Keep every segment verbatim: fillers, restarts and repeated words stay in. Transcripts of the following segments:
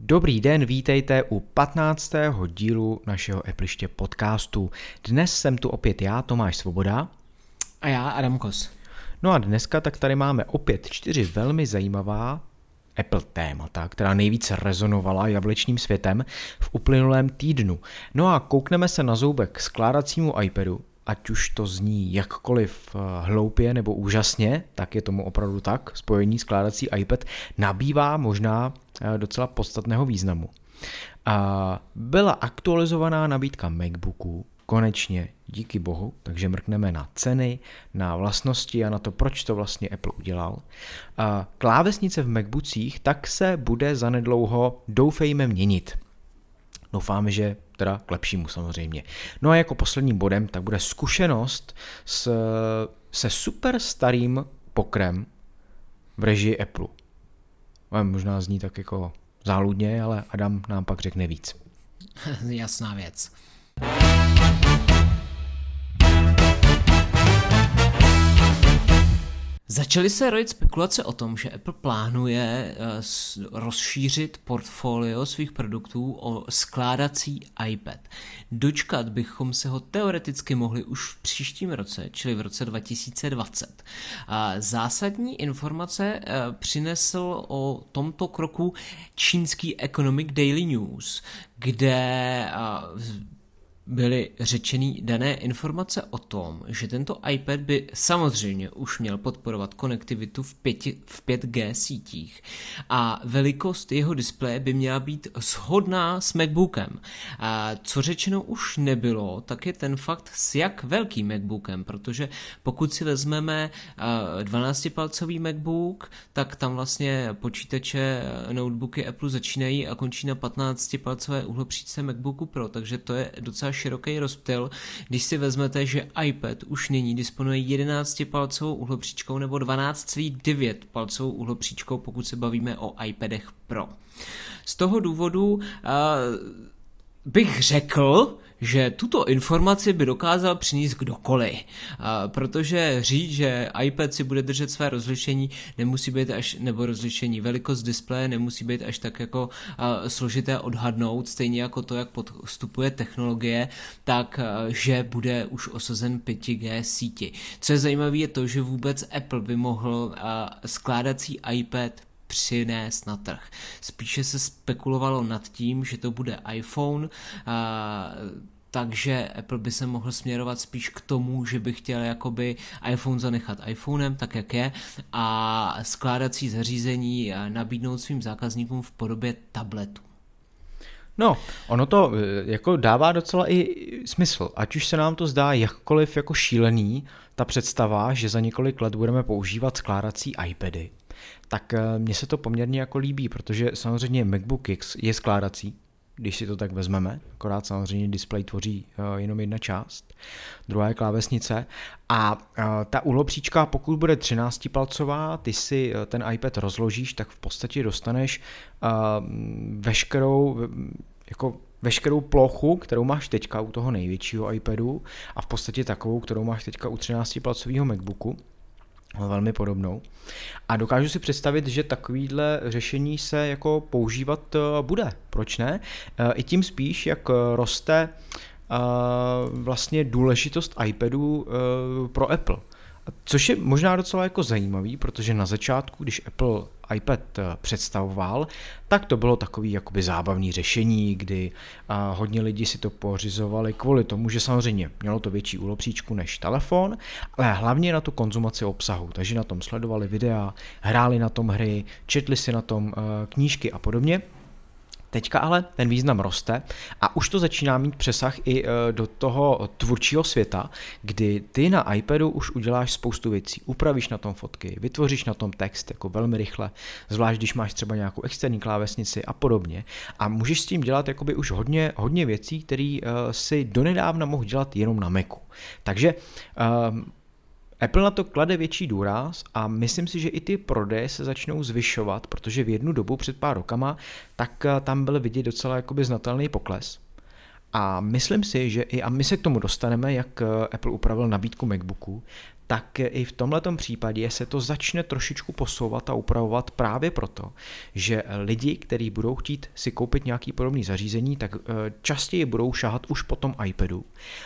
Dobrý den, vítejte u patnáctého dílu našeho Appliště podcastu. Dnes jsem tu opět já, Tomáš Svoboda. A já, Adam Kos. No a dneska tak tady máme opět čtyři velmi zajímavá Apple témata, která nejvíce rezonovala jablečným světem v uplynulém týdnu. No a koukneme se na zoubek skládacímu iPadu, ať už to zní jakkoliv hloupě nebo úžasně, tak je tomu opravdu tak. Spojení skládací iPad nabývá možná docela podstatného významu. A byla aktualizovaná nabídka MacBooků, konečně, díky bohu, takže mrkneme na ceny, na vlastnosti a na to, proč to vlastně Apple udělal. A klávesnice v MacBookích tak se bude zanedlouho, doufejme, měnit. Doufáme, že teda k lepšímu samozřejmě. No a jako posledním bodem tak bude zkušenost s, se super starým pokrem v režii Apple. Možná zní tak jako záludně, ale Adam nám pak řekne víc. Jasná věc. Začaly se rojit spekulace o tom, že Apple plánuje rozšířit portfolio svých produktů o skládací iPad. Dočkat bychom se ho teoreticky mohli už v příštím roce, čili v roce dva tisíce dvacet. Zásadní informace přinesl o tomto kroku čínský Economic Daily News, kde byly řečeny dané informace o tom, že tento iPad by samozřejmě už měl podporovat konektivitu v, pěti, v pět G sítích a velikost jeho displeje by měla být shodná s MacBookem. A co řečeno už nebylo, tak je ten fakt s jak velkým MacBookem, protože pokud si vezmeme dvanáctipalcový MacBook, tak tam vlastně počítače, notebooky Apple začínají a končí na patnáctipalcové uhlopříčce MacBooku Pro, takže to je docela široký rozptyl, když si vezmete, že iPad už nyní disponuje jedenáctipalcovou uhlopříčkou nebo dvanáct celá devět palcovou uhlopříčkou, pokud se bavíme o iPadech Pro. Z toho důvodu uh, bych řekl, že tuto informaci by dokázal přinést kdokoliv, protože říct, že iPad si bude držet své rozlišení, nemusí být až, nebo rozlišení, velikost displeje nemusí být až tak jako složité odhadnout, stejně jako to, jak postupuje technologie, tak že bude už osazen pět G síti. Co je zajímavé je to, že vůbec Apple by mohl skládací iPad přinést na trh. Spíše se spekulovalo nad tím, že to bude iPhone, a, takže Apple by se mohl směrovat spíš k tomu, že by chtěl jakoby iPhone zanechat iPhonem, tak jak je, a skládací zařízení nabídnout svým zákazníkům v podobě tabletu. No, ono to jako dává docela i smysl, ať už se nám to zdá jakkoliv jako šílený, ta představa, že za několik let budeme používat skládací iPady, tak mně se to poměrně jako líbí, protože samozřejmě MacBook X je skládací, když si to tak vezmeme, akorát samozřejmě displej tvoří jenom jedna část, druhá je klávesnice a ta úhlopříčka, pokud bude třináctipalcová, ty si ten iPad rozložíš, tak v podstatě dostaneš veškerou jako veškerou plochu, kterou máš teďka u toho největšího iPadu a v podstatě takovou, kterou máš teďka u třináctipalcového MacBooku, velmi podobnou. A dokážu si představit, že takovýhle řešení se jako používat bude. Proč ne? I tím spíš, jak roste vlastně důležitost iPadu pro Apple. Což je možná docela jako zajímavý, protože na začátku, když Apple iPad představoval, tak to bylo takový jakoby zábavný řešení, kdy hodně lidí si to pořizovali kvůli tomu, že samozřejmě mělo to větší úhlopříčku než telefon, ale hlavně na tu konzumaci obsahu, takže na tom sledovali videa, hráli na tom hry, četli si na tom knížky a podobně. Teďka ale ten význam roste a už to začíná mít přesah i do toho tvůrčího světa, kdy ty na iPadu už uděláš spoustu věcí, upravíš na tom fotky, vytvoříš na tom text jako velmi rychle, zvlášť když máš třeba nějakou externí klávesnici a podobně a můžeš s tím dělat jakoby už hodně, hodně věcí, které si donedávna mohl dělat jenom na Macu. Takže um, Apple na to klade větší důraz a myslím si, že i ty prodeje se začnou zvyšovat, protože v jednu dobu před pár rokama tak tam byl vidět docela jakoby znatelný pokles. A myslím si, že i, a my se k tomu dostaneme, jak Apple upravil nabídku MacBooku, tak i v tomhletom případě se to začne trošičku posouvat a upravovat právě proto, že lidi, kteří budou chtít si koupit nějaký podobný zařízení, tak častěji budou šahat už po tom iPadu.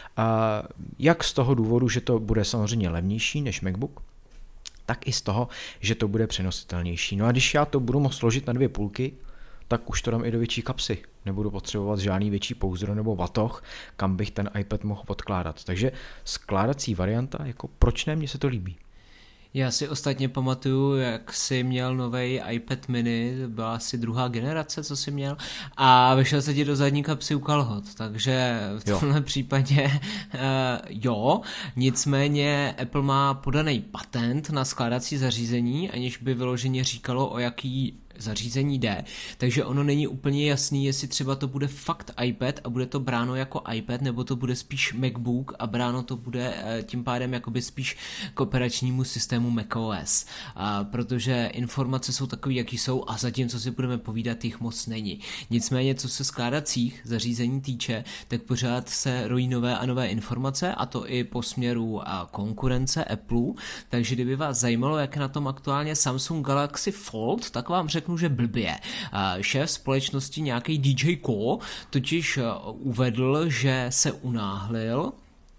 Jak z toho důvodu, že to bude samozřejmě levnější než MacBook, tak i z toho, že to bude přenositelnější. No a když já to budu moct složit na dvě půlky, tak už to dám i do větší kapsy. Nebudu potřebovat žádný větší pouzdro nebo batoh, kam bych ten iPad mohl odkládat. Takže skládací varianta, jako proč ne, mně se to líbí. Já si ostatně pamatuju, jak jsi měl novej iPad mini, byla asi druhá generace, co jsi měl, a vešel se ti do zadní kapsy u kalhot, takže v tomhle jo. případě uh, jo, nicméně Apple má podaný patent na skládací zařízení, aniž by vyloženě říkalo, o jaký zařízení jde, takže ono není úplně jasný, jestli třeba to bude fakt iPad a bude to bráno jako iPad, nebo to bude spíš MacBook a bráno to bude tím pádem jakoby spíš k operačnímu systému macOS, a protože informace jsou takový, jaký jsou, a zatím, co si budeme povídat, jich moc není. Nicméně, co se skládacích zařízení týče, tak pořád se rojí nové a nové informace, a to i po směru konkurence Apple, takže kdyby vás zajímalo, jak je na tom aktuálně Samsung Galaxy Fold, tak vám řeknu, že blbě. Šéf společnosti, nějaký D J Ko, totiž uvedl, že se unáhlil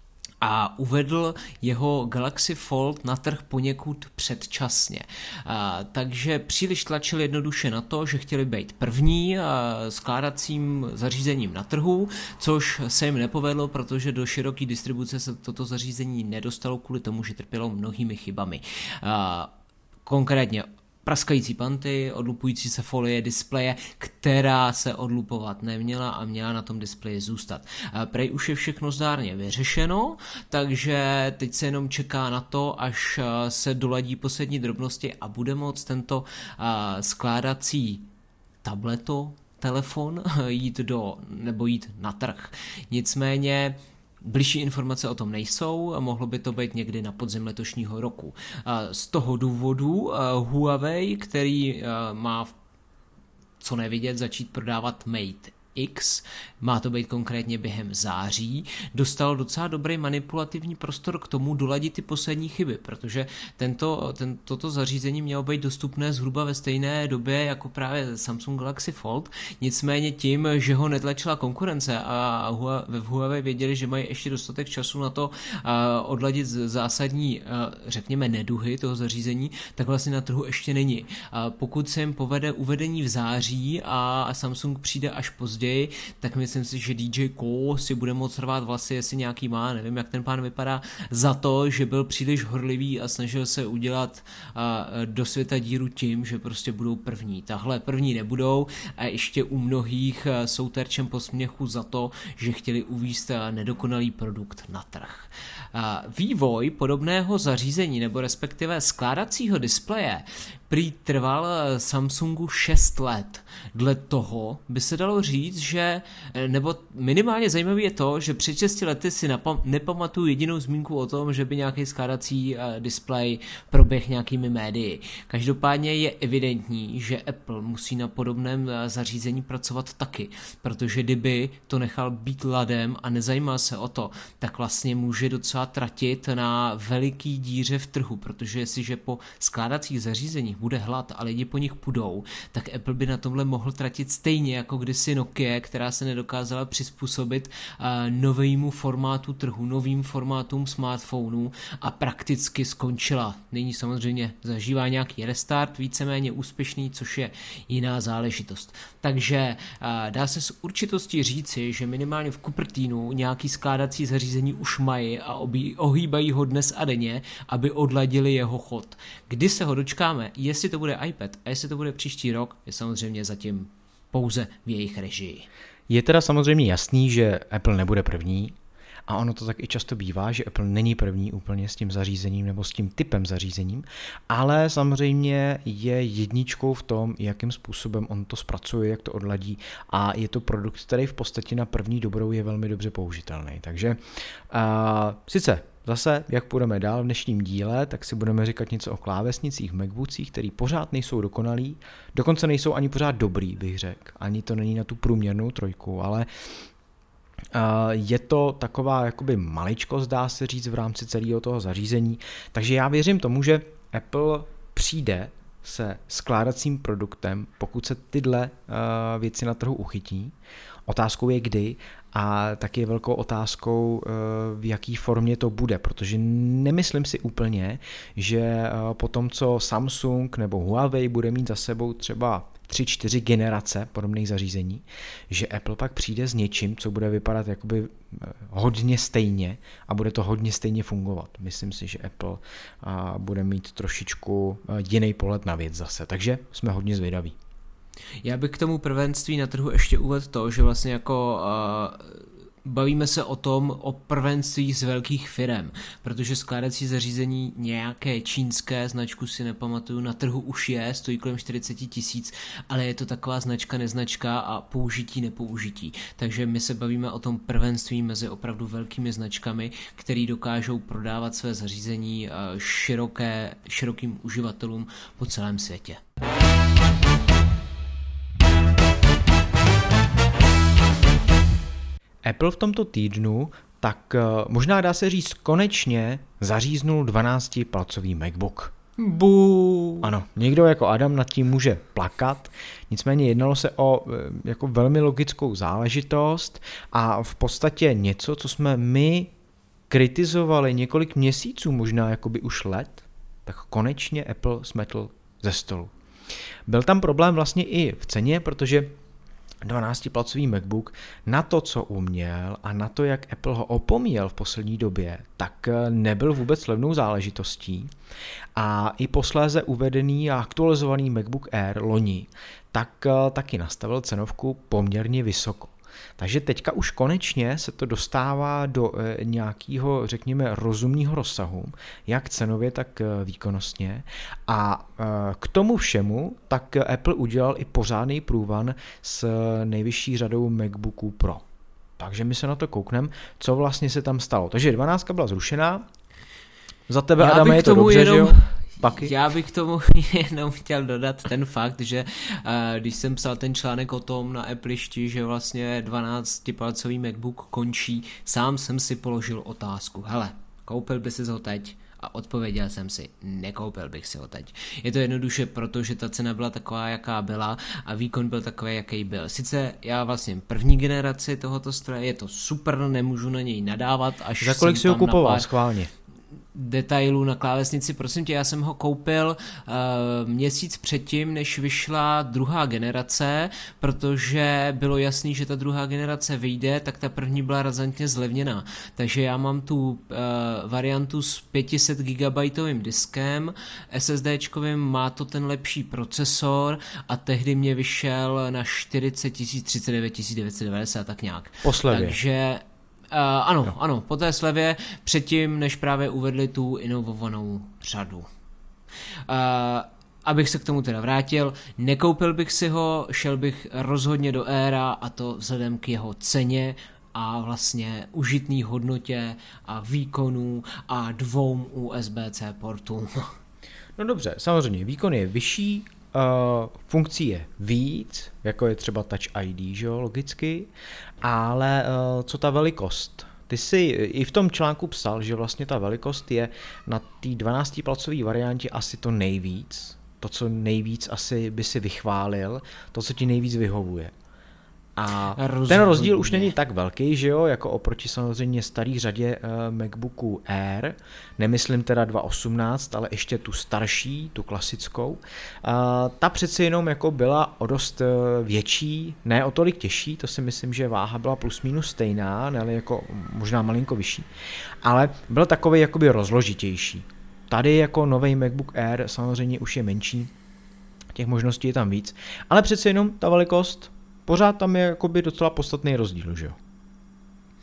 a uvedl jeho Galaxy Fold na trh poněkud předčasně. A, takže příliš tlačil jednoduše na to, že chtěli být první a, skládacím zařízením na trhu, což se jim nepovedlo, protože do široké distribuce se toto zařízení nedostalo kvůli tomu, že trpělo mnohými chybami. A, konkrétně praskající panty, odlupující se folie displeje, která se odlupovat neměla a měla na tom displeji zůstat. Prej už je všechno zdárně vyřešeno, takže teď se jenom čeká na to, až se doladí poslední drobnosti a bude moct tento skládací tableto, telefon jít do, nebo jít na trh. Nicméně bližší informace o tom nejsou a mohlo by to být někdy na podzim letošního roku. Z toho důvodu Huawei, který má co nevidět začít prodávat Mate X, má to být konkrétně během září, dostal docela dobrý manipulativní prostor k tomu doladit ty poslední chyby, protože tento, ten, toto zařízení mělo být dostupné zhruba ve stejné době jako právě Samsung Galaxy Fold, nicméně tím, že ho netlačila konkurence a ve Huawei věděli, že mají ještě dostatek času na to odladit zásadní, řekněme, neduhy toho zařízení, tak vlastně na trhu ještě není. Pokud se jim povede uvedení v září a Samsung přijde až později, tak myslím si, že D J Ko si bude moct rvát vlasy, jestli nějaký má, nevím, jak ten pán vypadá, za to, že byl příliš horlivý a snažil se udělat do světa díru tím, že prostě budou první. Tahle první nebudou a ještě u mnohých jsou terčem posměchu za to, že chtěli uvést nedokonalý produkt na trh. Vývoj podobného zařízení, nebo respektive skládacího displeje, prý trval Samsungu šest let. Dle toho by se dalo říct, že, nebo minimálně zajímavé je to, že před šesti lety si napam- nepamatuju jedinou zmínku o tom, že by nějaký skládací uh, displej proběh nějakými médii. Každopádně je evidentní, že Apple musí na podobném uh, zařízení pracovat taky, protože kdyby to nechal být ladem a nezajímal se o to, tak vlastně může docela tratit na veliký díře v trhu, protože jestliže po skládacích zařízeních bude hlad a lidi po nich půjdou, tak Apple by na tomhle mohl tratit stejně jako kdysi Nokia, která se nedokázala přizpůsobit uh, novému formátu trhu, novým formátům smartphonů a prakticky skončila. Nyní samozřejmě zažívá nějaký restart, víceméně úspěšný, což je jiná záležitost. Takže uh, dá se s určitostí říci, že minimálně v Cupertinu nějaký skládací zařízení už mají a obí, ohýbají ho dnes a denně, aby odladili jeho chod. Kdy se ho dočkáme, jestli to bude iPad a jestli to bude příští rok, je samozřejmě zatím pouze v jejich režii. Je teda samozřejmě jasný, že Apple nebude první a ono to tak i často bývá, že Apple není první úplně s tím zařízením nebo s tím typem zařízením, ale samozřejmě je jedničkou v tom, jakým způsobem on to zpracuje, jak to odladí a je to produkt, který v podstatě na první dobrou je velmi dobře použitelný. Takže uh, sice zase, jak půjdeme dál v dnešním díle, tak si budeme říkat něco o klávesnicích, MacBookích, který pořád nejsou dokonalý, dokonce nejsou ani pořád dobrý, bych řekl. Ani to není na tu průměrnou trojku, ale Je to taková jakoby maličkost, dá se říct, v rámci celého toho zařízení, takže já věřím tomu, že Apple přijde se skládacím produktem, pokud se tyhle věci na trhu uchytí. Otázkou je kdy a taky je velkou otázkou, v jaký formě to bude, protože nemyslím si úplně, že po tom, co Samsung nebo Huawei bude mít za sebou třeba tři, čtyři generace podobných zařízení, že Apple pak přijde s něčím, co bude vypadat jakoby hodně stejně a bude to hodně stejně fungovat. Myslím si, že Apple bude mít trošičku jiný pohled na věc zase, takže jsme hodně zvědaví. Já bych k tomu prvenství na trhu ještě uvedl to, že vlastně jako uh, bavíme se o tom, o prvenství z velkých firem, protože skládací zařízení nějaké čínské, značku si nepamatuju, na trhu už je, stojí kolem čtyřicet tisíc, ale je to taková značka, neznačka a použití, nepoužití. Takže my se bavíme o tom prvenství mezi opravdu velkými značkami, které dokážou prodávat své zařízení široké, širokým uživatelům po celém světě. Apple v tomto týdnu tak možná dá se říct konečně zaříznul dvanáctipalcový MacBook. Bů. Ano, někdo jako Adam nad tím může plakat, nicméně jednalo se o jako velmi logickou záležitost a v podstatě něco, co jsme my kritizovali několik měsíců, možná jakoby už let, tak konečně Apple smetl ze stolu. Byl tam problém vlastně i v ceně, protože dvanáctipalcový MacBook na to, co uměl a na to, jak Apple ho opomíjel v poslední době, tak nebyl vůbec levnou záležitostí a i posléze uvedený a aktualizovaný MacBook Air loni tak taky nastavil cenovku poměrně vysoko. Takže teďka už konečně se to dostává do nějakého, řekněme, rozumného rozsahu, jak cenově, tak výkonnostně. A k tomu všemu tak Apple udělal i pořádný průvan s nejvyšší řadou MacBooků Pro. Takže my se na to koukneme, co vlastně se tam stalo. Takže dvanáctka byla zrušená. Za tebe, Adame, je to dobře, jenom... že jo? Paky. Já bych k tomu jenom chtěl dodat ten fakt, že uh, když jsem psal ten článek o tom na Appleišti, že vlastně dvanáctipalcový MacBook končí, sám jsem si položil otázku, hele, koupil bys si ho teď? A odpověděl jsem si, nekoupil bych si ho teď. Je to jednoduše proto, že ta cena byla taková, jaká byla a výkon byl takový, jaký byl. Sice já vlastně první generaci tohoto stroje, je to super, nemůžu na něj nadávat. Až za kolik si ho kupoval, pár... schválně? Detailů na klávesnici, prosím tě, já jsem ho koupil uh, měsíc předtím, než vyšla druhá generace, protože bylo jasný, že ta druhá generace vyjde, tak ta první byla razantně zlevněná. Takže já mám tu uh, variantu s pět set gigabajtovým diskem, SSDčkovým, má to ten lepší procesor a tehdy mě vyšel na čtyřicet tisíc, třicet devět tisíc devět set devadesát, tak nějak. Po slevě. Takže Uh, ano, jo. ano, po té slevě, předtím, než právě uvedli tu inovovanou řadu. Uh, abych se k tomu teda vrátil, nekoupil bych si ho, šel bych rozhodně do Aira a to vzhledem k jeho ceně a vlastně užitný hodnotě a výkonů a dvou U S B C portů. No dobře, samozřejmě, výkon je vyšší, Uh, funkcí je víc, jako je třeba Touch I D, že jo, logicky, ale uh, co ta velikost? Ty jsi i v tom článku psal, že vlastně ta velikost je na té dvanáctipalcové variantě asi to nejvíc, to, co nejvíc asi by si vychválil, to, co ti nejvíc vyhovuje. A rozhodně. Ten rozdíl už není tak velký, že jo, jako oproti samozřejmě starý řadě uh, MacBooku Air, nemyslím teda dva osmnáct, ale ještě tu starší, tu klasickou. Uh, ta přeci jenom jako byla o dost uh, větší, ne o tolik těžší, to si myslím, že váha byla plus minus stejná, ne jako možná malinko vyšší, ale byl takový jakoby rozložitější. Tady jako nový MacBook Air samozřejmě už je menší, těch možností je tam víc, ale přeci jenom ta velikost pořád tam je jakoby docela podstatný rozdíl, že jo?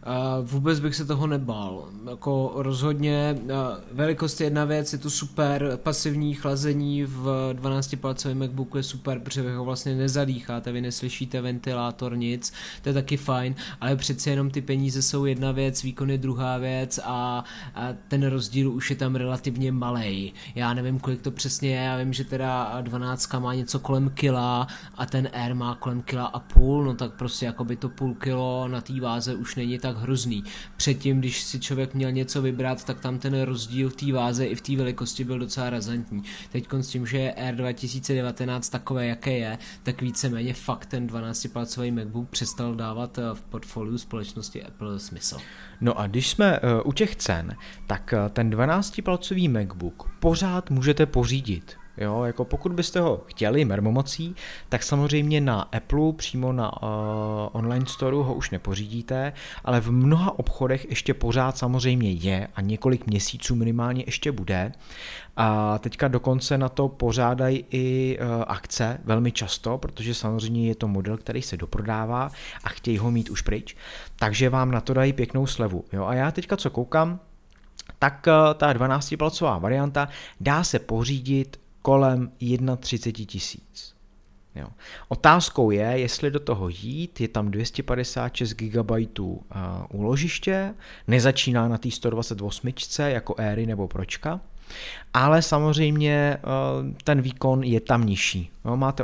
vůbec bych se toho nebál. Jako rozhodně velikost je jedna věc, je to super, pasivní chlazení v dvanáctipalcovém MacBooku je super, protože vy ho vlastně nezadýcháte, vy neslyšíte ventilátor, nic, to je taky fajn, ale přeci jenom ty peníze jsou jedna věc, výkon je druhá věc a, a ten rozdíl už je tam relativně malej. Já nevím, kolik to přesně je, já vím, že teda dvanáctka má něco kolem kila a ten Air má kolem kila a půl, no tak prostě jakoby to půl kilo na té váze už není tak hrozný. Předtím, když si člověk měl něco vybrat, tak tam ten rozdíl v té váze i v té velikosti byl docela razantní. Teď s tím, že je Air dva tisíce devatenáct takové, jaké je, tak víceméně fakt ten dvanáctipalcový MacBook přestal dávat v portfoliu společnosti Apple smysl. No a když jsme uh, u těch cen, tak uh, ten dvanáctipalcový MacBook pořád můžete pořídit. Jo, jako pokud byste ho chtěli mermomocí, tak samozřejmě na Apple, přímo na uh, online storeu ho už nepořídíte, ale v mnoha obchodech ještě pořád samozřejmě je a několik měsíců minimálně ještě bude. A teďka dokonce na to pořádají i uh, akce velmi často, protože samozřejmě je to model, který se doprodává a chtějí ho mít už pryč, takže vám na to dají pěknou slevu. Jo, a já teďka co koukám, tak uh, ta dvanáctipalcová varianta dá se pořídit kolem třicet jedna tisíc. Jo. Otázkou je, jestli do toho jít, je tam dvě stě padesát šest gigabajtů uh, úložiště, nezačíná na té sto dvacet osm jako Airy nebo Pročka, ale samozřejmě uh, ten výkon je tam nižší. No, máte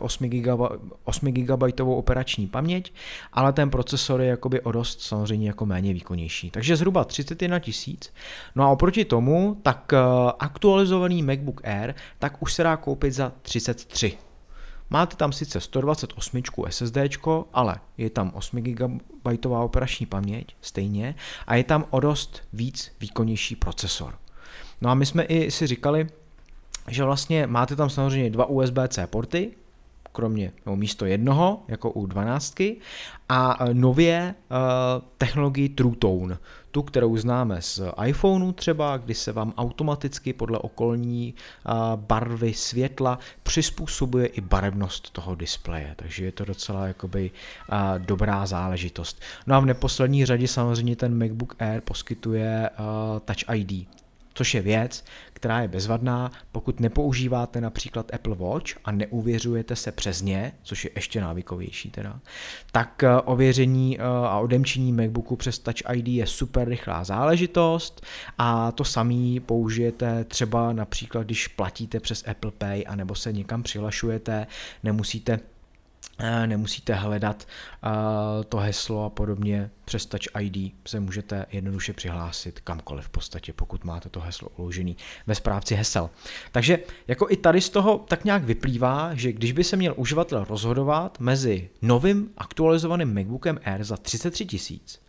osm gigabajtovou operační paměť, ale ten procesor je jakoby o dost samozřejmě jako méně výkonnější. Takže zhruba třicet jedna tisíc. No a oproti tomu, tak uh, aktualizovaný MacBook Air, tak už se dá koupit za třicet tři. Máte tam sice sto dvacet osm SSDčko, ale je tam osm gigabajtová operační paměť stejně a je tam o dost víc výkonnější procesor. No a my jsme i si říkali, že vlastně máte tam samozřejmě dva U S B C porty, kromě no, místo jednoho, jako u dvanáctky, a nově uh, technologii True Tone, tu, kterou známe z iPhoneu třeba, kdy se vám automaticky podle okolní uh, barvy světla přizpůsobuje i barevnost toho displeje, takže je to docela jakoby uh, dobrá záležitost. No a v neposlední řadě samozřejmě ten MacBook Air poskytuje uh, Touch I D, což je věc, která je bezvadná, pokud nepoužíváte například Apple Watch a neuvěřujete se přes ně, což je ještě návykovější teda, tak ověření a odemčení MacBooku přes Touch I D je super rychlá záležitost a to samý použijete třeba například, když platíte přes Apple Pay anebo se někam přihlašujete, nemusíte nemusíte hledat uh, to heslo a podobně, přes Touch I D se můžete jednoduše přihlásit kamkoliv v podstatě, pokud máte to heslo uložený ve správci hesel. Takže jako i tady z toho tak nějak vyplývá, že když by se měl uživatel rozhodovat mezi novým aktualizovaným MacBookem Air za třicet tři tisíc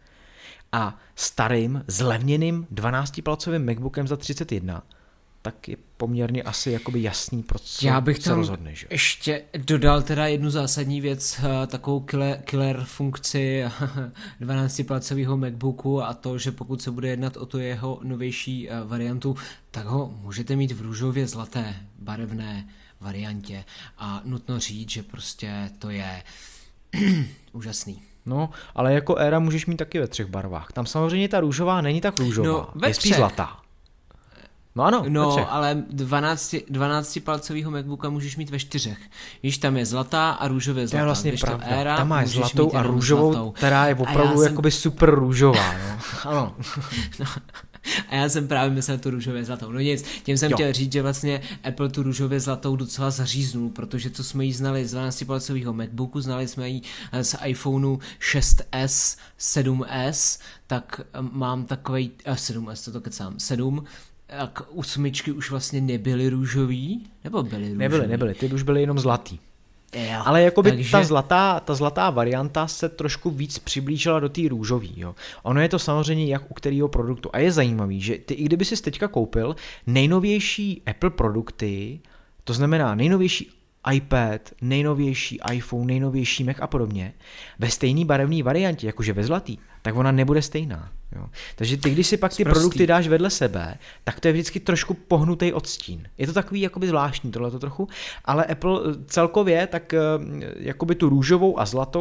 a starým zlevněným dvanáctipalcovým MacBookem za třicet jedna, tak je poměrně asi jakoby jasný, pro co Já bych se tam rozhodne. Že? ještě dodal teda jednu zásadní věc, takovou killer, killer funkci dvanáctipalcového MacBooku a to, že pokud se bude jednat o tu jeho novější variantu, tak ho můžete mít v růžově zlaté barevné variantě a nutno říct, že prostě to je úžasný. No, ale jako Aira můžeš mít taky ve třech barvách. Tam samozřejmě ta růžová není tak růžová, no, je spíš zlatá. No ano, no, ale dvanáctipalcovýho MacBooka můžeš mít ve čtyřech. Víš, tam je zlatá a růžově zlatá. To je vlastně Víš, pravda. Éra, tam máš zlatou a růžovou, zlatou. Která je opravdu jakoby jsem... super růžová. No. Ano. No. A já jsem právě myslel tu růžově zlatou. No nic, tím jsem jo. chtěl říct, že vlastně Apple tu růžově zlatou docela zaříznul, protože co jsme jí znali z dvanáctipalcového MacBooku, znali jsme ji z iPhoneu šest S, sedm S, tak mám takovej, a sedm S, to to kecám, sedm, tak osmičky už vlastně nebyly růžový, nebo byly růžový? Nebyly, nebyly, ty už byly jenom zlatý. Jo, ale jakoby takže... ta, zlatá, ta zlatá varianta se trošku víc přiblížila do té růžový. Jo. Ono je to samozřejmě jak u kterého produktu. A je zajímavý, že ty i kdyby jsi teďka koupil nejnovější Apple produkty, to znamená nejnovější iPad, nejnovější iPhone, nejnovější Mac a podobně, ve stejné barevné variantě, jakože ve zlatý, tak ona nebude stejná. Jo. Takže ty, když si pak ty Sprostý. produkty dáš vedle sebe, tak to je vždycky trošku pohnutý odstín. Je to takový jakoby zvláštní tohleto trochu, ale Apple celkově tak jakoby tu růžovou a zlatou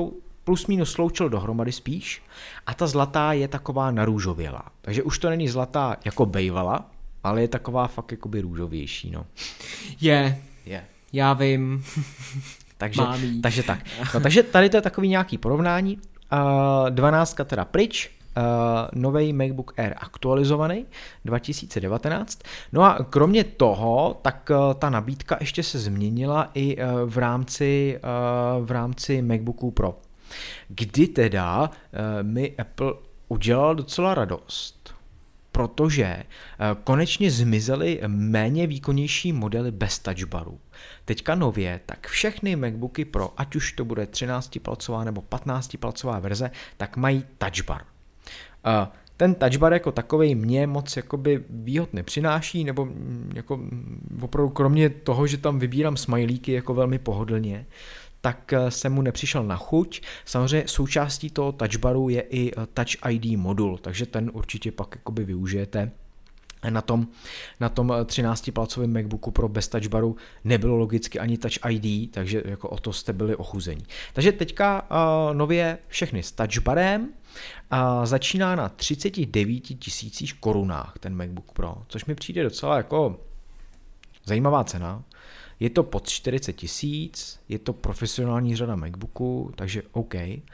plus minus sloučil dohromady spíš a ta zlatá je taková narůžovělá. Takže už to není zlatá jako bejvala, ale je taková fakt jakoby růžovější, no. Je, Je. já vím. Takže, takže tak. No, takže tady to je takový nějaký porovnání. Uh, dvanáctka teda pryč, uh, nový MacBook Air aktualizovaný dva tisíce devatenáct. No a kromě toho, tak uh, ta nabídka ještě se změnila i uh, v rámci, uh, v rámci MacBooku Pro. Kdy teda uh, mi Apple udělal docela radost, protože uh, konečně zmizely méně výkonnější modely bez touchbaru. Teďka nově, tak všechny MacBooky Pro, ať už to bude třináctipalcová nebo patnáctipalcová verze, tak mají touchbar. Uh, ten touchbar jako takovej mě moc jakoby výhod nepřináší, nebo jako opravdu kromě toho, že tam vybírám smajlíky jako velmi pohodlně, tak jsem mu nepřišel na chuť. Samozřejmě součástí toho touchbaru je i Touch I D modul, takže ten určitě pak jakoby využijete. Na tom, na tom třináctipalcovém MacBooku Pro bez touchbaru nebylo logicky ani Touch I D, takže jako o to jste byli ochuzení. Takže teďka uh, nově všechny s touchbarem uh, začíná na třicet devět tisíc korunách ten MacBook Pro, což mi přijde docela jako zajímavá cena. Je to pod čtyřicet tisíc, je to profesionální řada MacBooku, takže OK.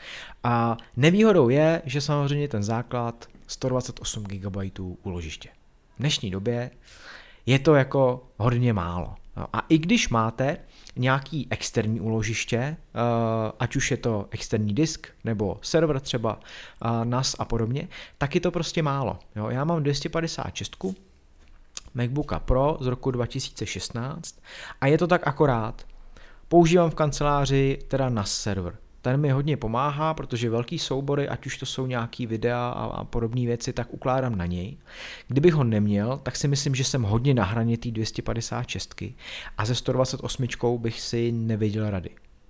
A nevýhodou je, že samozřejmě ten základ sto dvacet osm gigabajtů úložiště. V dnešní době je to jako hodně málo. A i když máte nějaký externí úložiště, ať už je to externí disk nebo server třeba, N A S a podobně, tak je to prostě málo. Já mám dvě stě padesát šest MacBooka Pro z roku dva tisíce šestnáct a je to tak akorát. Používám v kanceláři teda N A S server. Ten mi hodně pomáhá, protože velký soubory, ať už to jsou nějaký videa a, a podobné věci, tak ukládám na něj. Kdybych ho neměl, tak si myslím, že jsem hodně na hraně té dvě stě padesát šest a ze sto dvacet osm bych si nevěděl rady.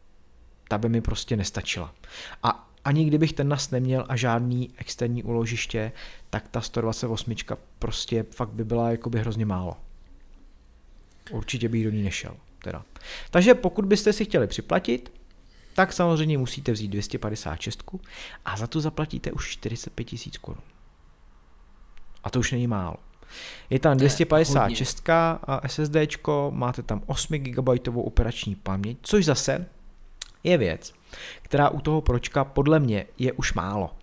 Ta by mi prostě nestačila. A ani kdybych ten N A S neměl a žádný externí úložiště, tak ta sto dvacet osm prostě fakt by byla jakoby hrozně málo. Určitě bych do ní nešel. Teda. Takže pokud byste si chtěli připlatit, tak samozřejmě musíte vzít dvě stě padesát šest a za to zaplatíte už čtyřicet pět tisíc korun. A to už není málo. Je tam dvě stě padesát šest SSDčko, máte tam osm gigabajtovou operační paměť, což zase je věc, která u toho Pročka podle mě je už málo.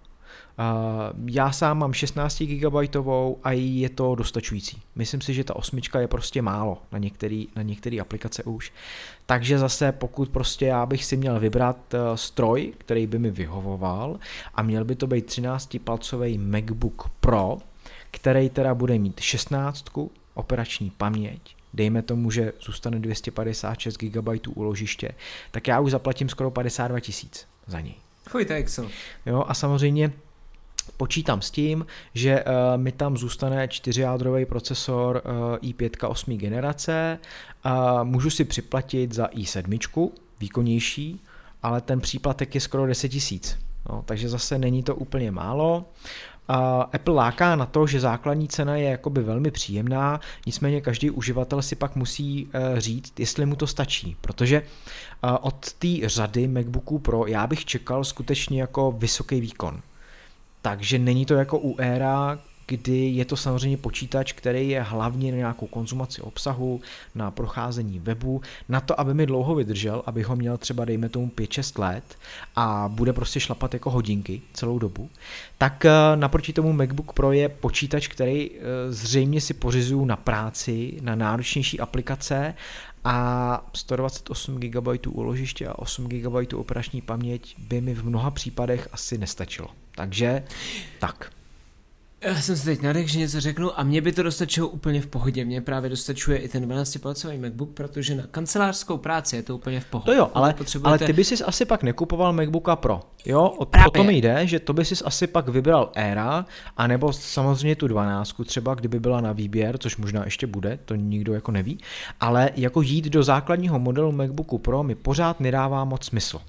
Já sám mám šestnáct gigabajtovou a je to dostačující. Myslím si, že ta osmička je prostě málo na některé na některé aplikace už. Takže zase pokud prostě já bych si měl vybrat stroj, který by mi vyhovoval a měl by to být třináctipalcový MacBook Pro, který teda bude mít šestnáct operační paměť, dejme tomu, že zůstane dvě stě padesát šest gigabajtů úložiště, tak já už zaplatím skoro padesát dva tisíc za něj. Chuj, to Excel. Jo, a samozřejmě počítám s tím, že uh, mi tam zůstane čtyřjádrový procesor uh, i pět osmé generace, uh, můžu si připlatit za i sedm, výkonnější, ale ten příplatek je skoro deset tisíc, no, takže zase není to úplně málo. Uh, Apple láká na to, že základní cena je jakoby velmi příjemná, nicméně každý uživatel si pak musí uh, říct, jestli mu to stačí, protože uh, od té řady MacBooků Pro já bych čekal skutečně jako vysoký výkon. Takže není to jako u Aira, kdy je to samozřejmě počítač, který je hlavně na nějakou konzumaci obsahu, na procházení webu, na to, aby mi dlouho vydržel, abych ho měl třeba dejme tomu pět šest let a bude prostě šlapat jako hodinky celou dobu, tak naproti tomu MacBook Pro je počítač, který zřejmě si pořizuju na práci, na náročnější aplikace a sto dvacet osm gigabajtů úložiště a osm gigabajtů operační paměť by mi v mnoha případech asi nestačilo. Takže tak. Já jsem se teď nadech, že něco řeknu a mě by to dostačilo úplně v pohodě. Mně právě dostačuje i ten dvanáctipalcový MacBook, protože na kancelářskou práci je to úplně v pohodě. To jo, ale, potřebujete... ale ty by sis asi pak nekupoval MacBooka Pro. Jo, o, o tom jde, že to by sis asi pak vybral Aira, anebo samozřejmě tu dvanáctku třeba, kdyby byla na výběr, což možná ještě bude, to nikdo jako neví, ale jako jít do základního modelu MacBooku Pro mi pořád nedává moc smysl.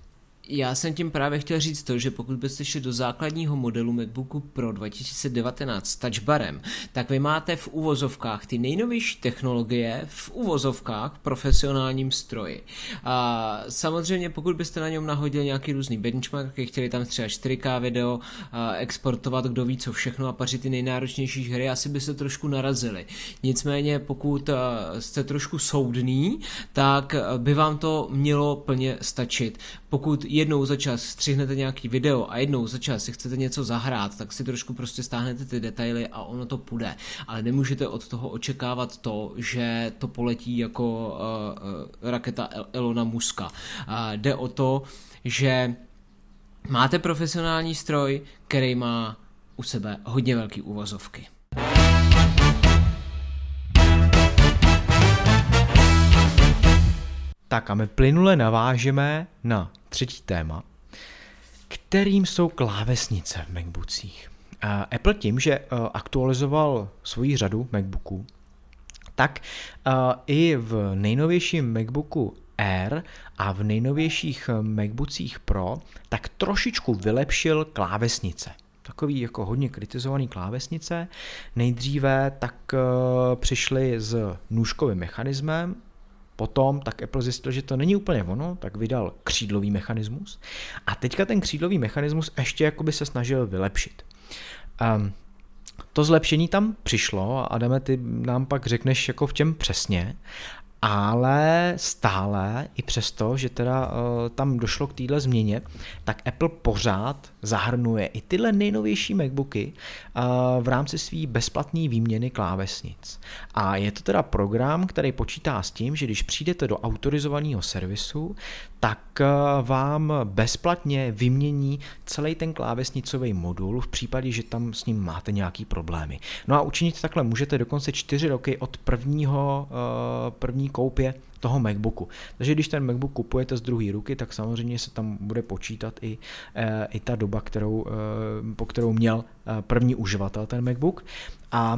Já jsem tím právě chtěl říct to, že pokud byste šli do základního modelu MacBooku Pro dva tisíce devatenáct s touchbarem, tak vy máte v uvozovkách ty nejnovější technologie v uvozovkách profesionálním stroji. A samozřejmě pokud byste na něm nahodili nějaký různý benchmarky, chtěli tam třeba čtyři ká video, exportovat kdo ví co všechno a pařit ty nejnáročnější hry, asi by se trošku narazili. Nicméně pokud jste trošku soudný, tak by vám to mělo plně stačit. Pokud jednou za čas střihnete nějaký video a jednou za čas si chcete něco zahrát, tak si trošku prostě stáhnete ty detaily a ono to půjde. Ale nemůžete od toho očekávat to, že to poletí jako uh, uh, raketa Elona Muska. Uh, jde o to, že máte profesionální stroj, který má u sebe hodně velký uvozovky. Tak a my plynule navážeme na třetí téma, kterým jsou klávesnice v MacBoocích. Apple tím, že aktualizoval svoji řadu MacBooků, tak i v nejnovějším MacBooku Air a v nejnovějších MacBoocích Pro tak trošičku vylepšil klávesnice. Takový jako hodně kritizovaný klávesnice. Nejdříve tak přišli s nůžkovým mechanismem, potom tak Apple zjistil, že to není úplně ono, tak vydal křídlový mechanismus a teďka ten křídlový mechanismus ještě jakoby se snažil vylepšit. Um, to zlepšení tam přišlo a Adame, ty nám pak řekneš jako v čem přesně, ale stále i přesto, že teda uh, tam došlo k téhle změně, tak Apple pořád zahrnuje i tyhle nejnovější MacBooky uh, v rámci své bezplatné výměny klávesnic. A je to teda program, který počítá s tím, že když přijdete do autorizovaného servisu, tak uh, vám bezplatně vymění celý ten klávesnicový modul v případě, že tam s ním máte nějaký problémy. No a učinit takhle můžete dokonce čtyři roky od prvního uh, první koupě toho MacBooku. Takže když ten MacBook kupujete z druhé ruky, tak samozřejmě se tam bude počítat i, e, i ta doba, kterou, e, po kterou měl e, první uživatel ten MacBook. A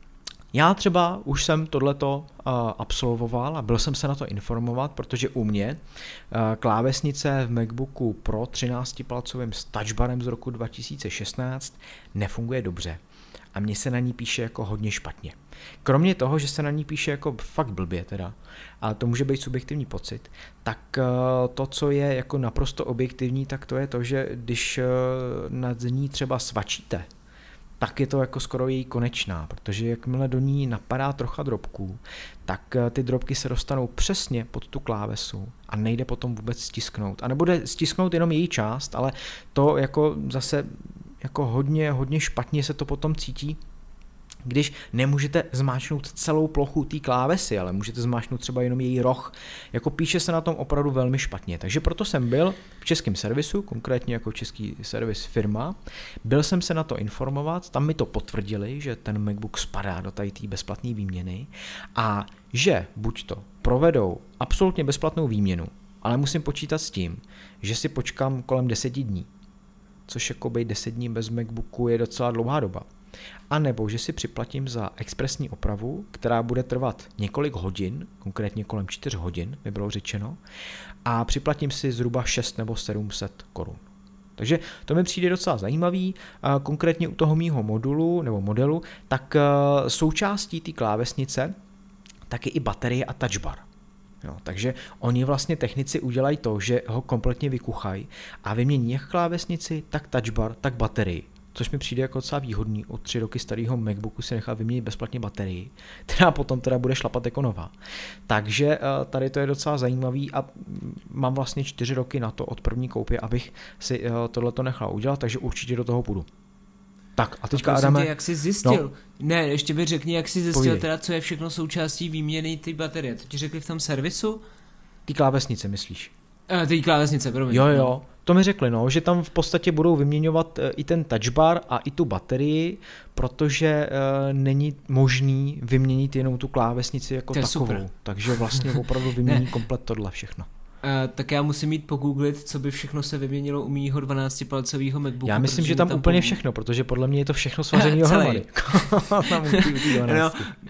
já třeba už jsem tohleto e, absolvoval a byl jsem se na to informovat, protože u mě e, klávesnice v MacBooku Pro třináctipalcovým s touchbarem z roku dva tisíce šestnáct nefunguje dobře. A mně se na ní píše jako hodně špatně. Kromě toho, že se na ní píše jako fakt blbě teda, a to může být subjektivní pocit, tak to, co je jako naprosto objektivní, tak to je to, že když nad ní třeba svačíte, tak je to jako skoro její konečná, protože jakmile do ní napadá trocha drobků, tak ty drobky se dostanou přesně pod tu klávesu a nejde potom vůbec stisknout. A nebude stisknout jenom její část, ale to jako zase jako hodně, hodně špatně se to potom cítí, když nemůžete zmáčknout celou plochu té klávesy, ale můžete zmáčknout třeba jenom její roh. Jako píše se na tom opravdu velmi špatně. Takže proto jsem byl v českém servisu, konkrétně jako český servis firma. Byl jsem se na to informovat, tam mi to potvrdili, že ten MacBook spadá do tady té bezplatné výměny a že buď to provedou absolutně bezplatnou výměnu, ale musím počítat s tím, že si počkám kolem deseti dní, což jako být deset dní bez MacBooku je docela dlouhá doba. A nebo že si připlatím za expresní opravu, která bude trvat několik hodin, konkrétně kolem čtyř hodin, mi bylo řečeno, a připlatím si zhruba šest nebo sedm set korun. Takže to mi přijde docela zajímavý, konkrétně u toho mýho modulu nebo modelu, tak součástí té klávesnice taky i baterie a touchbar. Jo, takže oni vlastně technici udělají to, že ho kompletně vykuchají a vymění jak klávesnici, tak touchbar, tak baterii. Což mi přijde jako docela výhodný. Od tři roky starého MacBooku si nechá vyměnit bezplatně baterii, která potom teda bude šlapat jako nová. Takže tady to je docela zajímavý a mám vlastně čtyři roky na to od první koupě, abych si tohleto nechal udělat, takže určitě do toho půjdu. Tak a teďka a Adame... Tě, jak jsi zjistil? No. Ne, ještě mi řekni, jak jsi zjistil Povídej. Teda, co je všechno součástí výměny ty baterie. To ti řekli v tom servisu? Ty klávesnice, myslíš? E, ty klávesnice, promiň. Jo, jo. To mi řekli, no, že tam v podstatě budou vyměňovat i ten touchbar a i tu baterii, protože e, není možný vyměnit jenom tu klávesnici jako takovou. Super. Takže vlastně opravdu vymění komplet tohle všechno. Uh, tak já musím jít pogooglit, co by všechno se vyměnilo u mýho dvanáctipalcového MacBooku. Já myslím, že tam, tam úplně pom... všechno, protože podle mě je to všechno svařený dohromady. no,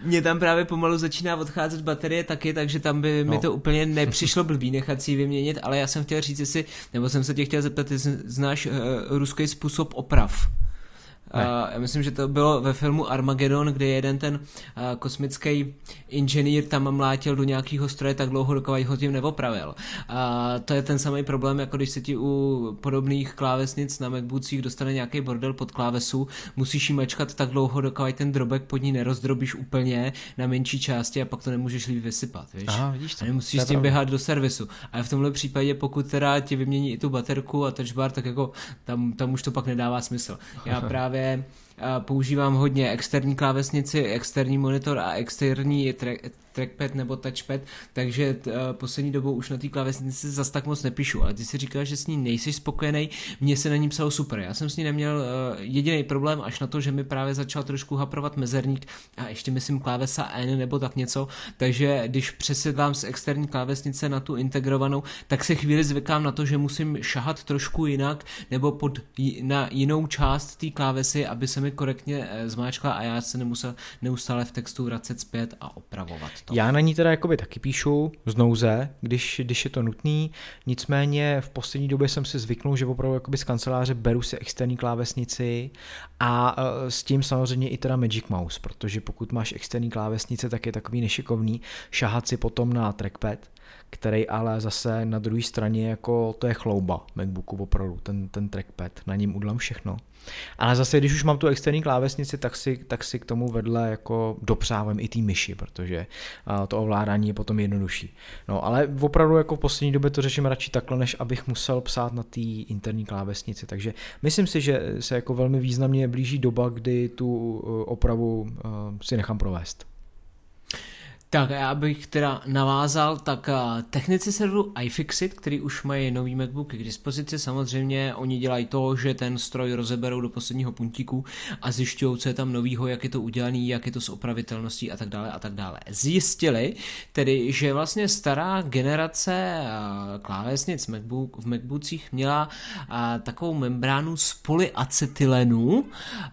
Mně tam právě pomalu začíná odcházet baterie taky, takže tam by no. mi to úplně nepřišlo blbý nechat si ji vyměnit, ale já jsem chtěl říct, jestli, nebo jsem se tě chtěl zeptat, jestli znáš uh, ruský způsob oprav. Uh, já myslím, že to bylo ve filmu Armageddon, kde jeden ten uh, kosmický inženýr tam mlátil do nějakého stroje tak dlouho, dokud ho tím neopravil. Uh, to je ten samý problém, jako když se ti u podobných klávesnic na MacBookích dostane nějaký bordel pod klávesu, musíš jí mačkat tak dlouho, dokud ten drobek pod ní nerozdrobíš úplně na menší části a pak to nemůžeš líp vysypat, víš? Aha, vidíš to. A nemusíš s tím běhat do servisu. A v tomhle případě, pokud teda ti vymění i tu baterku a touchbar, tak jako tam, tam už to pak nedává smysl. Já právě používám hodně externí klávesnici, externí monitor a externí tra- trackpad nebo touchpad, takže t, poslední dobou už na té klávesnici zas tak moc nepíšu, ale ty si říkáš, že s ní nejsi spokojený, mně se na ní psalo super, já jsem s ní neměl uh, jediný problém, až na to, že mi právě začal trošku haprovat mezerník a ještě myslím klávesa N nebo tak něco, takže když přesedlám z externí klávesnice na tu integrovanou, tak se chvíli zvykám na to, že musím šahat trošku jinak nebo pod, na jinou část té klávesy, aby se mi korektně zmáčkla a já se nemusel neustále v textu vracet zpět a opravovat to. Já na ní teda jakoby taky píšu z nouze, když, když je to nutný, nicméně v poslední době jsem si zvyknul, že opravdu jakoby z kanceláře beru si externí klávesnici a uh, s tím samozřejmě i teda Magic Mouse, protože pokud máš externí klávesnice, tak je takový nešikovný šahat si potom na trackpad, který ale zase na druhé straně jako to je chlouba MacBooku opravdu, ten, ten trackpad, na něm udlám všechno. Ale zase, když už mám tu externí klávesnici, tak si, tak si k tomu vedle jako dopřávám i ty myši, protože to ovládání je potom jednodušší. No, ale opravdu jako v poslední době to řeším radši takhle, než abych musel psát na té interní klávesnici. Takže myslím si, že se jako velmi významně blíží doba, kdy tu opravu si nechám provést. Tak já bych teda navázal, tak technici serveru iFixit, který už mají nový MacBooky k dispozici, samozřejmě oni dělají to, že ten stroj rozeberou do posledního puntíku a zjišťují, co je tam novýho, jak je to udělaný, jak je to s opravitelností a tak dále a tak dále. Zjistili tedy, že vlastně stará generace klávesnic MacBook, v MacBookích měla takovou membránu z polyacetylenu,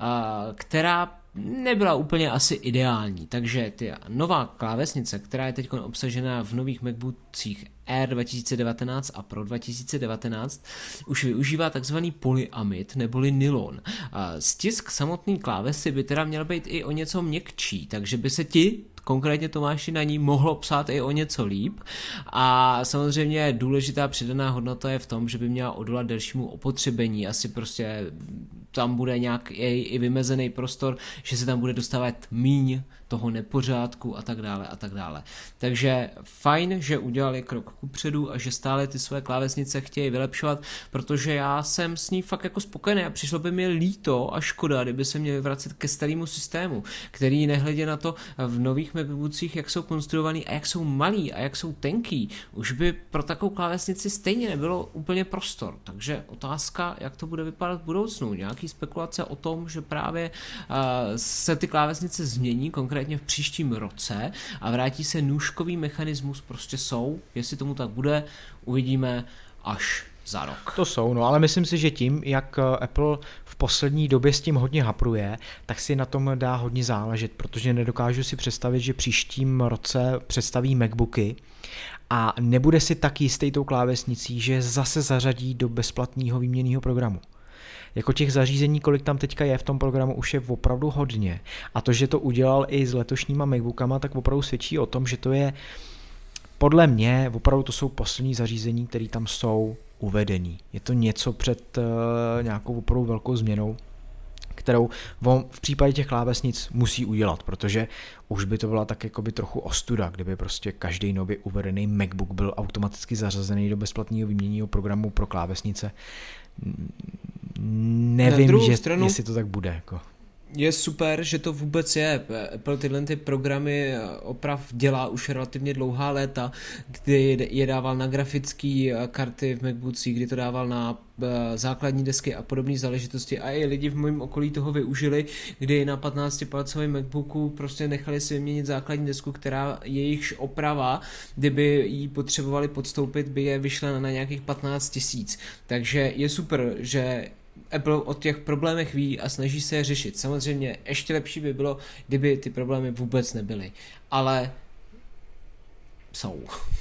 která nebyla úplně asi ideální, takže ty nová klávesnice, která je teď obsažena v nových MacBookích Air dva tisíce devatenáct a Pro dva tisíce devatenáct, už využívá takzvaný polyamid neboli nylon. Stisk samotný klávesy by teda měl být i o něco měkčí, takže by se ti konkrétně Tomáši na ní mohlo psát i o něco líp a samozřejmě důležitá přidaná hodnota je v tom, že by měla odolat delšímu opotřebení, asi prostě tam bude nějak i vymezený prostor, že se tam bude dostávat míň toho nepořádku a tak dále a tak dále. Takže fajn, že udělali krok kupředu a že stále ty své klávesnice chtějí vylepšovat, protože já jsem s ní fakt jako spokojený a přišlo by mi líto a škoda, kdyby se měli vracet ke starému systému, který nehledě na to v nových MacBookích, jak jsou konstruovaný a jak jsou malý a jak jsou tenký, už by pro takovou klávesnici stejně nebylo úplně prostor. Takže otázka, jak to bude vypadat v budoucnu. Nějaký spekulace o tom, že právě uh, se ty klávesnice změní, konkrétně v příštím roce a vrátí se nůžkový mechanismus, prostě jsou, jestli tomu tak bude, uvidíme až za rok. To jsou, no ale myslím si, že tím, jak Apple v poslední době s tím hodně hapruje, tak si na tom dá hodně záležet, protože nedokážu si představit, že příštím roce představí MacBooky a nebude si tak jistý tou klávesnicí, že zase zařadí do bezplatného výměnného programu. Jako těch zařízení, kolik tam teďka je v tom programu, už je opravdu hodně. A to, že to udělal i s letošníma MacBookama, tak opravdu svědčí o tom, že to je, podle mě, opravdu to jsou poslední zařízení, které tam jsou uvedení. Je to něco před uh, nějakou opravdu velkou změnou, kterou on v případě těch klávesnic musí udělat, protože už by to byla tak jakoby trochu ostuda, kdyby prostě každý nově uvedený MacBook byl automaticky zařazený do bezplatného výměnného programu pro klávesnice. Nevím, že, stranu, jestli to tak bude. Jako. Je super, že to vůbec je. Apple tyhle ty programy oprav dělá už relativně dlouhá léta, kdy je dával na grafické karty v MacBookích, kdy to dával na základní desky a podobné záležitosti a i lidi v mém okolí toho využili, kdy na patnáctipalcovém MacBooku prostě nechali si vyměnit základní desku, která jejichž oprava, kdyby ji potřebovali podstoupit, by je vyšla na nějakých patnáct tisíc. Takže je super, že Apple o těch problémech ví a snaží se je řešit. Samozřejmě ještě lepší by bylo, kdyby ty problémy vůbec nebyly. Ale jsou.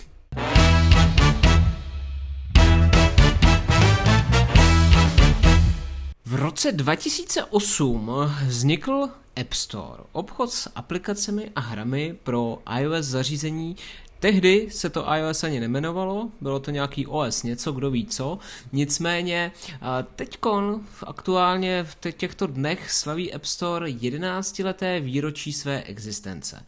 V roce dva tisíce osm vznikl App Store, obchod s aplikacemi a hrami pro iOS zařízení. Tehdy se to iOS ani nemenovalo, bylo to nějaký O S něco, kdo ví co. Nicméně teďkon aktuálně v těchto dnech slaví App Store jedenáctileté výročí své existence.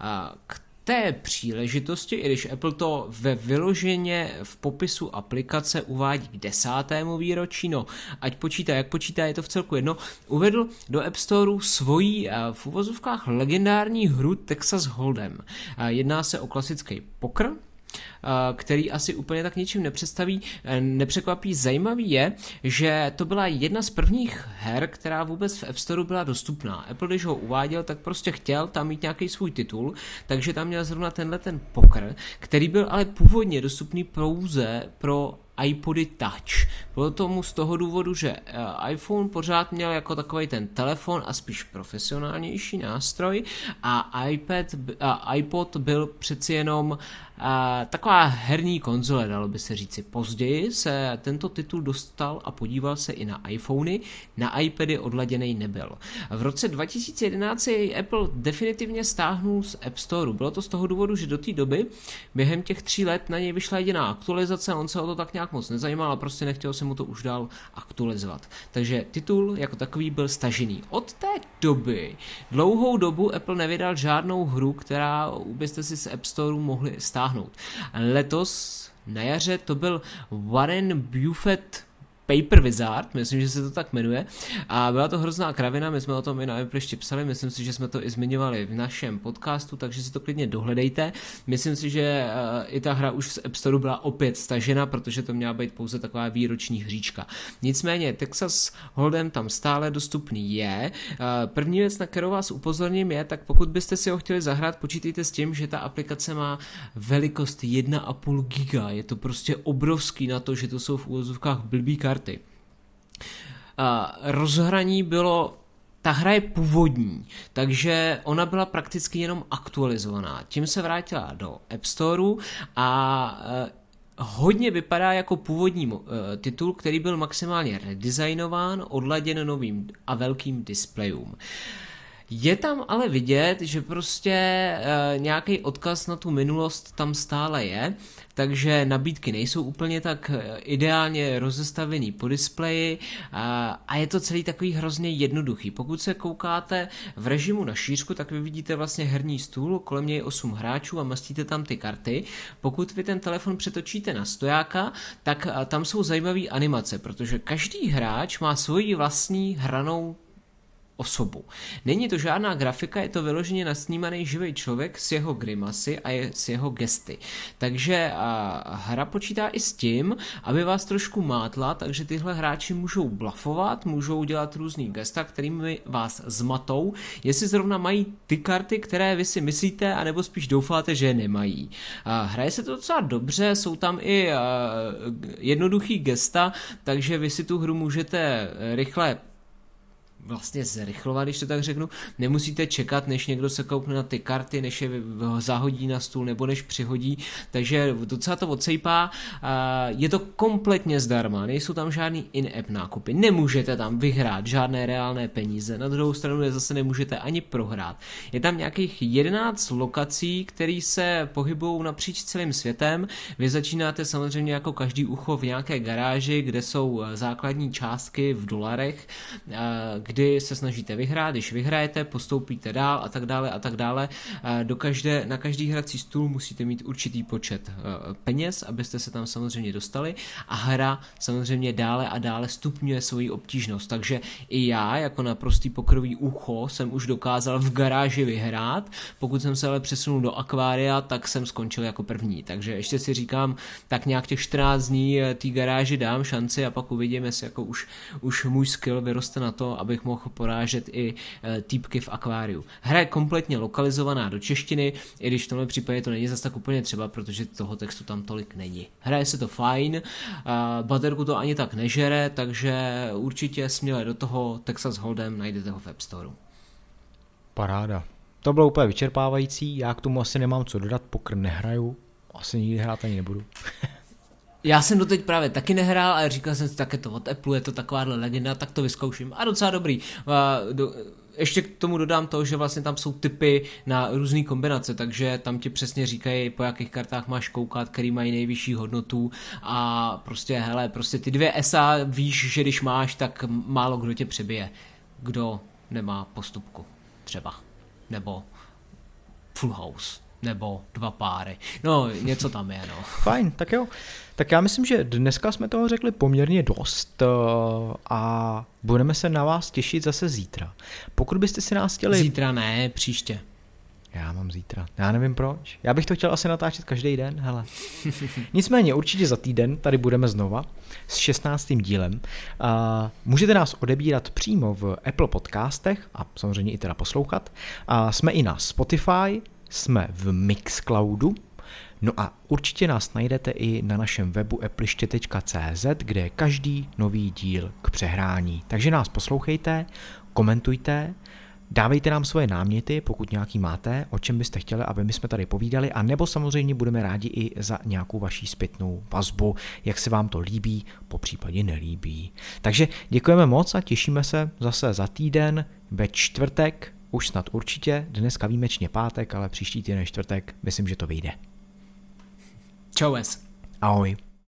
K té příležitosti, i když Apple to ve vyloženě v popisu aplikace uvádí k desátému výročí, no ať počítá, jak počítá, je to v celku jedno, uvedl do App Storeu svoji v uvozovkách legendární hru Texas Hold'em. Jedná se o klasický poker, který asi úplně tak ničím nepředstaví, nepřekvapí. Zajímavý je, že to byla jedna z prvních her, která vůbec v App Storeu byla dostupná. Apple, když ho uváděl, tak prostě chtěl tam mít nějaký svůj titul, takže tam měl zrovna tenhle ten poker, který byl ale původně dostupný pouze pro iPody Touch. Bylo tomu z toho důvodu, že iPhone pořád měl jako takovej ten telefon a spíš profesionálnější nástroj a iPad, a iPod byl přeci jenom a, taková herní konzole, dalo by se říci. Později se tento titul dostal a podíval se i na iPhony, na iPady odladěnej nebyl. V roce dva tisíce jedenáct jej Apple definitivně stáhnul z App Storeu. Bylo to z toho důvodu, že do té doby během těch tří let na něj vyšla jediná aktualizace a on se o to tak nějak moc nezajímal a prostě nechtěl se mu to už dál aktualizovat. Takže titul jako takový byl stažený. Od té doby dlouhou dobu Apple nevydal žádnou hru, která byste si z App Storeu mohli stáhnout. Letos na jaře to byl Warren Buffett Paper Wizard, myslím, že se to tak jmenuje, a byla to hrozná kravina, my jsme o tom i na Apple ještě psali, myslím si, že jsme to i zmiňovali v našem podcastu, takže si to klidně dohledejte. Myslím si, že uh, i ta hra už z App Storeu byla opět stažena, protože to měla být pouze taková výroční hříčka. Nicméně Texas Hold'em tam stále dostupný je. Uh, první věc, na kterou vás upozorním je, tak pokud byste si ho chtěli zahrát, počítejte s tím, že ta aplikace má velikost jedna a půl giga, je to prostě obrovský na to, že to jsou v úvozovkách blbý karty. A rozhraní bylo, ta hra je původní, takže ona byla prakticky jenom aktualizovaná. Tím se vrátila do App Storeu a e, hodně vypadá jako původní e, titul, který byl maximálně redesignován, odladěn novým a velkým displejům. Je tam ale vidět, že prostě e, nějaký odkaz na tu minulost tam stále je, takže nabídky nejsou úplně tak ideálně rozestavený po displeji a, a je to celý takový hrozně jednoduchý. Pokud se koukáte v režimu na šířku, tak vy vidíte vlastně herní stůl, kolem něj osm hráčů a mastíte tam ty karty. Pokud vy ten telefon přetočíte na stojáka, tak a, tam jsou zajímavé animace, protože každý hráč má svoji vlastní hranou osobu. Není to žádná grafika, je to vyloženě nasnímaný živý člověk s jeho grimasy a je, s jeho gesty. Takže a, hra počítá i s tím, aby vás trošku mátla, takže tyhle hráči můžou blafovat, můžou dělat různý gesta, kterými vás zmatou, jestli zrovna mají ty karty, které vy si myslíte, anebo spíš doufáte, že je nemají. A, hraje se to docela dobře, jsou tam i a, jednoduchý gesta, takže vy si tu hru můžete rychle vlastně zrychlovat, když to tak řeknu. Nemusíte čekat, než někdo se koukne na ty karty, než je zahodí na stůl nebo než přihodí, takže docela to odsejpá. Je to kompletně zdarma, nejsou tam žádný in-app nákupy, nemůžete tam vyhrát žádné reálné peníze, na druhou stranu je zase nemůžete ani prohrát. Je tam nějakých jedenáct lokací, které se pohybují napříč celým světem. Vy začínáte samozřejmě jako každý ucho v nějaké garáži, kde jsou základní částky v dolarech, kdy se snažíte vyhrát, když vyhrajete, postoupíte dál a tak dále a tak dále. Do každé, na každý hrací stůl musíte mít určitý počet peněz, abyste se tam samozřejmě dostali a hra samozřejmě dále a dále stupňuje svoji obtížnost, takže i já jako naprostý pokrový ucho jsem už dokázal v garáži vyhrát, pokud jsem se ale přesunul do akvária, tak jsem skončil jako první, takže ještě si říkám, tak nějak těch čtrnáct dní té garáži dám šanci a pak uvidím, jestli jako už, už můj skill vyroste na to, abych bych mohl porážet i týpky v akváriu. Hra je kompletně lokalizovaná do češtiny, i když v tomhle případě to není zase tak úplně třeba, protože toho textu tam tolik není. Hraje se to fajn, baterku to ani tak nežere, takže určitě směle do toho, Texas Hold'em, najdete ho v App Storeu. Paráda. To bylo úplně vyčerpávající, já k tomu asi nemám co dodat, poker nehraju, asi nikdy hrát ani nebudu. Já jsem doteď právě taky nehrál, ale říkal jsem si, tak je to od Apple, je to takováhle legenda, tak to vyzkouším. A docela dobrý. A do, ještě k tomu dodám to, že vlastně tam jsou typy na různé kombinace, takže tam ti přesně říkají, po jakých kartách máš koukat, který mají nejvyšší hodnotu a prostě, hele, prostě ty dvě S A víš, že když máš, tak málo kdo tě přebije. Kdo nemá postupku třeba. Nebo full house. Nebo dva páry. No, něco tam je, no. Fajn, tak jo. Tak já myslím, že dneska jsme toho řekli poměrně dost a budeme se na vás těšit zase zítra. Pokud byste si nás chtěli... Zítra ne, příště. Já mám zítra. Já nevím proč. Já bych to chtěl asi natáčet každý den, hele. Nicméně určitě za týden tady budeme znova s šestnáctým dílem. A můžete nás odebírat přímo v Apple podcastech a samozřejmě i teda poslouchat. A jsme i na Spotify, jsme v Mixcloudu, no a určitě nás najdete i na našem webu appliště tečka cé zet, kde je každý nový díl k přehrání. Takže nás poslouchejte, komentujte, dávejte nám svoje náměty, pokud nějaký máte, o čem byste chtěli, aby my jsme tady povídali, a nebo samozřejmě budeme rádi i za nějakou vaší zpětnou vazbu, jak se vám to líbí, po případě nelíbí. Takže děkujeme moc a těšíme se zase za týden ve čtvrtek, už snad určitě, dneska výjimečně pátek, ale příští týden čtvrtek, myslím, že to vyjde. Čau es. Ahoj.